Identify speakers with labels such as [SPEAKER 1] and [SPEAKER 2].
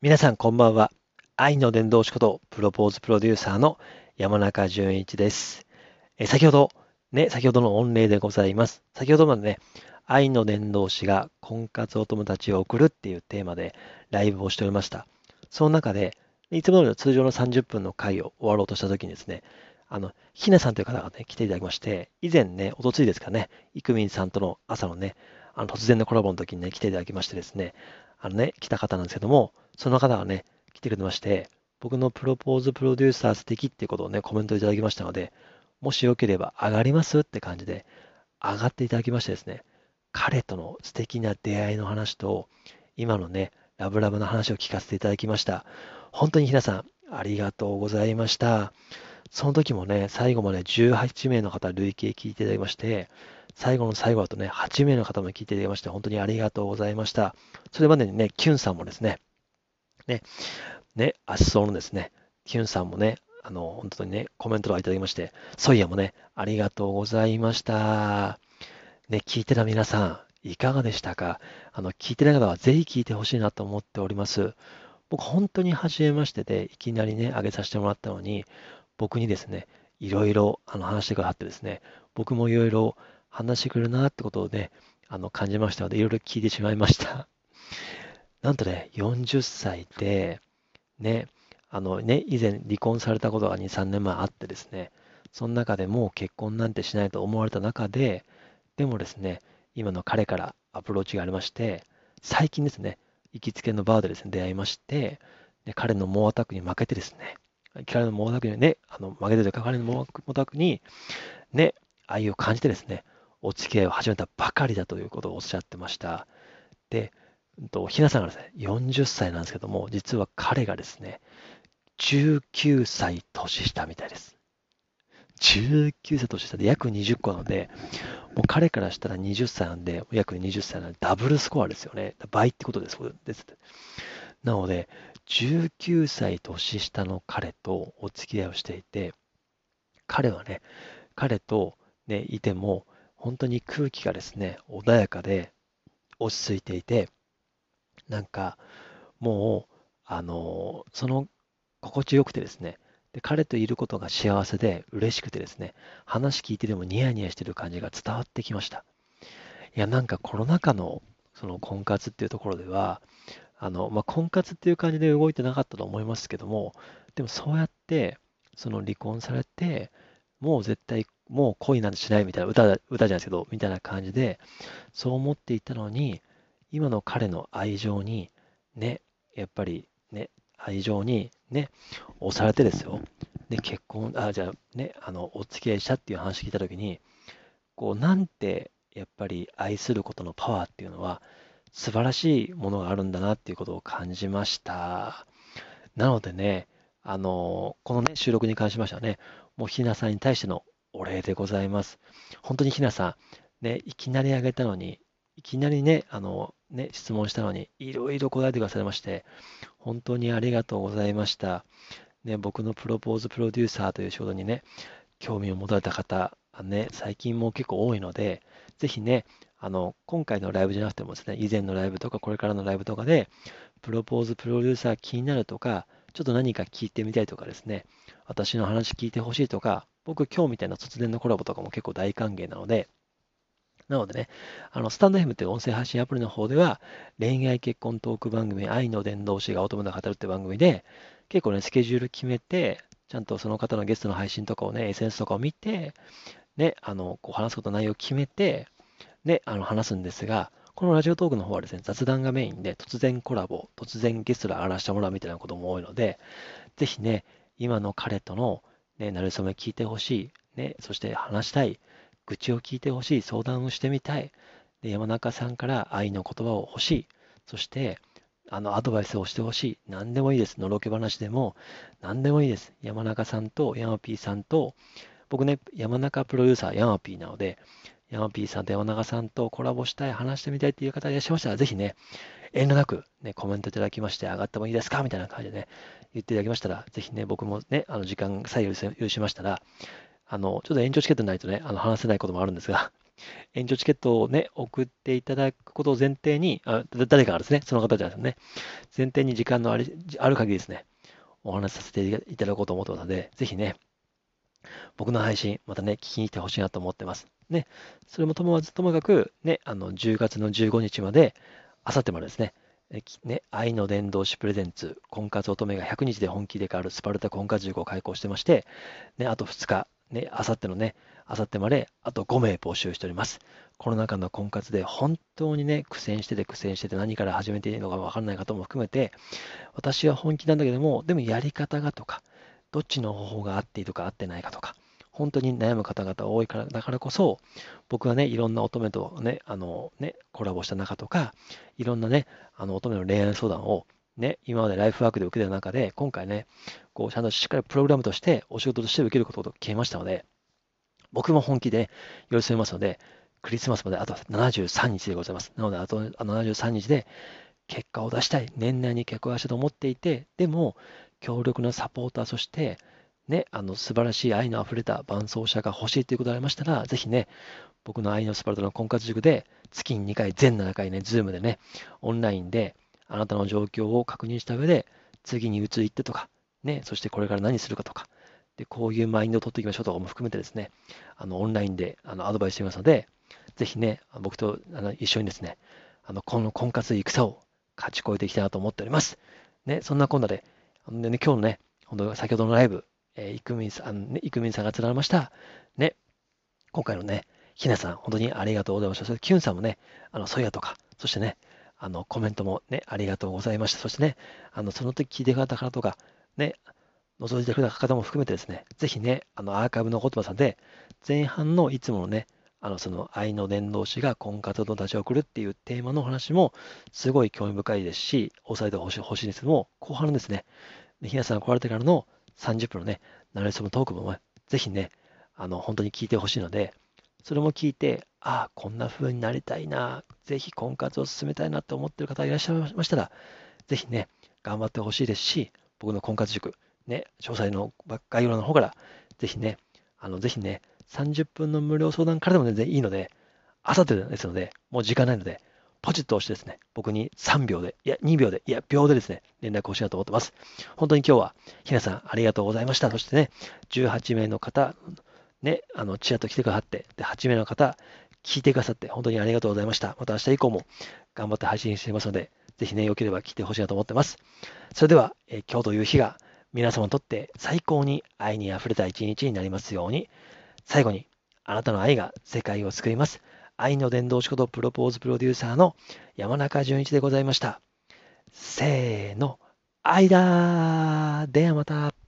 [SPEAKER 1] 皆さんこんばんは。愛の伝道師ことプロポーズプロデューサーの山中淳一です。先ほどの御礼でございます。先ほどまでね、愛の伝道師が婚活お友達を送るっていうテーマでライブをしておりました。その中で、いつもの通常の30分の回を終わろうとした時にですね、ひなさんという方がね、来ていただきまして、以前ね、おとついですかね、いくみんさんとの朝のね、突然のコラボの時にね、来ていただきましてですね、来た方なんですけども、その方がね、来てくれまして、僕のプロポーズプロデューサー素敵っていうことをね、コメントいただきましたので、もしよければ上がりますって感じで上がっていただきましてですね、彼との素敵な出会いの話と、今のね、ラブラブな話を聞かせていただきました。本当に皆さん、ありがとうございました。その時もね、最後まで18名の方累計聞いていただきまして、最後の最後だとね、8名の方も聞いていただきまして、本当にありがとうございました。それまでにね、キュンさんもですね、ね、足そうのですね、キュンさんもね、本当にね、コメントとかいただきまして、ソイヤもね、ありがとうございました。ね、聞いてた皆さん、いかがでしたか？聞いてない方はぜひ聞いてほしいなと思っております。僕、本当に初めましてで、いきなりね、上げさせてもらったのに、僕にですね、いろいろ話してくださってですね、僕もいろいろ話してくれるなってことをね、感じましたので、いろいろ聞いてしまいました。なんとね、40歳で、ね、以前離婚されたことが2、3年前あってですね、その中でもう結婚なんてしないと思われた中で、でもですね、今の彼からアプローチがありまして、最近ですね、行きつけのバーでですね、出会いまして、で彼の猛アタックに負けてですね、彼の猛アタックにね、負けてというか、彼の猛アタックにね、愛を感じてですね、お付き合いを始めたばかりだということをおっしゃってました。で、ひなさんがですね、40歳なんですけども、実は彼がですね、19歳年下みたいです。19歳年下で約20個なので、もう彼からしたら20歳なんで、約20歳なんでダブルスコアですよね。倍ってことです。なので、19歳年下の彼とお付き合いをしていて、彼はね、彼とね、いても、本当に空気がですね、穏やかで落ち着いていて、なんか、もう、その心地よくてですね、で、彼といることが幸せで嬉しくてですね、話聞いてでもニヤニヤしてる感じが伝わってきました。いや、なんかコロナ禍のその婚活っていうところでは、婚活っていう感じで動いてなかったと思いますけども、でもそうやって、その離婚されて、もう絶対、もう恋なんてしないみたいな歌じゃないですけど、みたいな感じで、そう思っていたのに、今の彼の愛情に、ね、やっぱりね、愛情にね、押されてですよ。で、じゃあね、お付き合いしたっていう話聞いたときに、なんて、やっぱり愛することのパワーっていうのは、素晴らしいものがあるんだなっていうことを感じました。なのでね、このね、収録に関しましてはね、もうひなさんに対してのお礼でございます。本当にひなさん、ね、いきなりあげたのに、いきなりね、質問したのに、いろいろ答えてくださいまして、本当にありがとうございました。ね、僕のプロポーズプロデューサーという仕事にね、興味を持たれた方、最近も結構多いので、ぜひね、今回のライブじゃなくてもですね、以前のライブとかこれからのライブとかで、プロポーズプロデューサー気になるとか、ちょっと何か聞いてみたいとかですね、私の話聞いてほしいとか、僕今日みたいな突然のコラボとかも結構大歓迎なので、なのでね、スタンド FM っていう音声配信アプリの方では、恋愛結婚トーク番組、愛の伝道師が乙女の語るって番組で、結構ね、スケジュール決めて、ちゃんとその方のゲストの配信とかをね、SNS とかを見て、ね、話すことの内容を決めて、ね、話すんですが、このラジオトークの方はですね、雑談がメインで、突然コラボ、突然ゲストで荒らしてもらうみたいなことも多いので、ぜひね、今の彼との、ね、馴れ初め聞いてほしい、ね、そして話したい、愚痴を聞いてほしい、相談をしてみたい、で、山中さんから愛の言葉を欲しい、そして、アドバイスをしてほしい。何でもいいです。のろけ話でも、何でもいいです。山中さんと山 P さんと、僕ね、山中プロデューサー、ヤマピーなので、ヤマピーさんと山中さんとコラボしたい、話してみたいっていう方いらっしゃいましたら、ぜひね、遠慮なくね、コメントいただきまして、上がってもいいですかみたいな感じでね、言っていただきましたら、ぜひね、僕もね、時間さえ許しましたら、ちょっと延長チケットないとね、話せないこともあるんですが、 延長チケットをね、送っていただくことを前提に、誰かがですね、その方じゃないですね、前提に時間のある限りですね、お話しさせていただこうと思ってますので、ぜひね、僕の配信、またね、聞きに来てほしいなと思ってます。ね、それもともかく、ね、10月の15日まで、あさってまでですね、愛の伝道師プレゼンツ、婚活乙女が100日で本気で変わるスパルタ婚活塾を開講してまして、ね、あと2日、ね、あさってのね、あさってまで、あと5名募集しております。コロナ禍の婚活で本当にね、苦戦してて何から始めていいのか分からない方も含めて、私は本気なんだけども、でもやり方がとか、どっちの方法が合っているか合ってないかとか、本当に悩む方々多いから、だからこそ、僕はね、いろんな乙女とね、コラボした中とか、いろんなね、乙女の恋愛相談を、ね、今までライフワークで受けてる中で、今回ね、こう、ちゃんとしっかりプログラムとして、お仕事として受けることを決めましたので、僕も本気で寄り添いますので、クリスマスまであと73日でございます。なので、あと73日で結果を出したい、年内に結果を出したいと思っていて、でも、強力なサポーター、そして、ね、素晴らしい愛のあふれた伴走者が欲しいということでありましたら、ぜひね、僕の愛のスパルタの婚活塾で、月に2回、全7回ね、ズームでね、オンラインで、あなたの状況を確認した上で、次に移りってとか、ね、そしてこれから何するかとか、で、こういうマインドを取っていきましょうとかも含めてですね、オンラインでアドバイスしていますので、ぜひね、僕と一緒にですね、この婚活戦を勝ち越えていきたいなと思っております。ね、そんなこんなで、今日のね、本当先ほどのライブ、イクミンさん、ね、イクミンさんが釣られました。ね、今回のね、ひなさん、本当にありがとうございました。そして、キュンさんもね、ソヤとか、そしてね、コメントもね、ありがとうございました。そしてね、その時聞いてくれた方とか、ね、覗いてくれた方も含めてですね、ぜひね、アーカイブ残ってますので、前半のいつものね、その愛の伝道師が婚活と立ち送るっていうテーマの話もすごい興味深いですし、押さえてほしいんですけども、後半のですね、ひなさんが来られてからの30分のね、ナレーショントークもね、ぜひね、本当に聞いてほしいので、それも聞いて、ああ、こんな風になりたいな、ぜひ婚活を進めたいなと思っている方がいらっしゃいましたら、ぜひね、頑張ってほしいですし、僕の婚活塾、ね、詳細の概要欄の方から、ぜひね、30分の無料相談からでも全然いいので、あさってですので、もう時間ないので、ポチッと押してですね、僕に3秒で、いや、2秒で、いや、秒でですね、連絡を欲しいなと思ってます。本当に今日は、ひなさん、ありがとうございました。そしてね、18名の方、ね、チラッと来てくださって、で、8名の方、聞いてくださって、本当にありがとうございました。また明日以降も頑張って配信していますので、ぜひね、良ければ来てほしいなと思ってます。それでは、今日という日が皆様にとって最高に愛に溢れた一日になりますように、最後に、あなたの愛が世界を救います。愛の伝道師ことプロポーズプロデューサーの山中淳一でございました。せーの、愛だーではまた。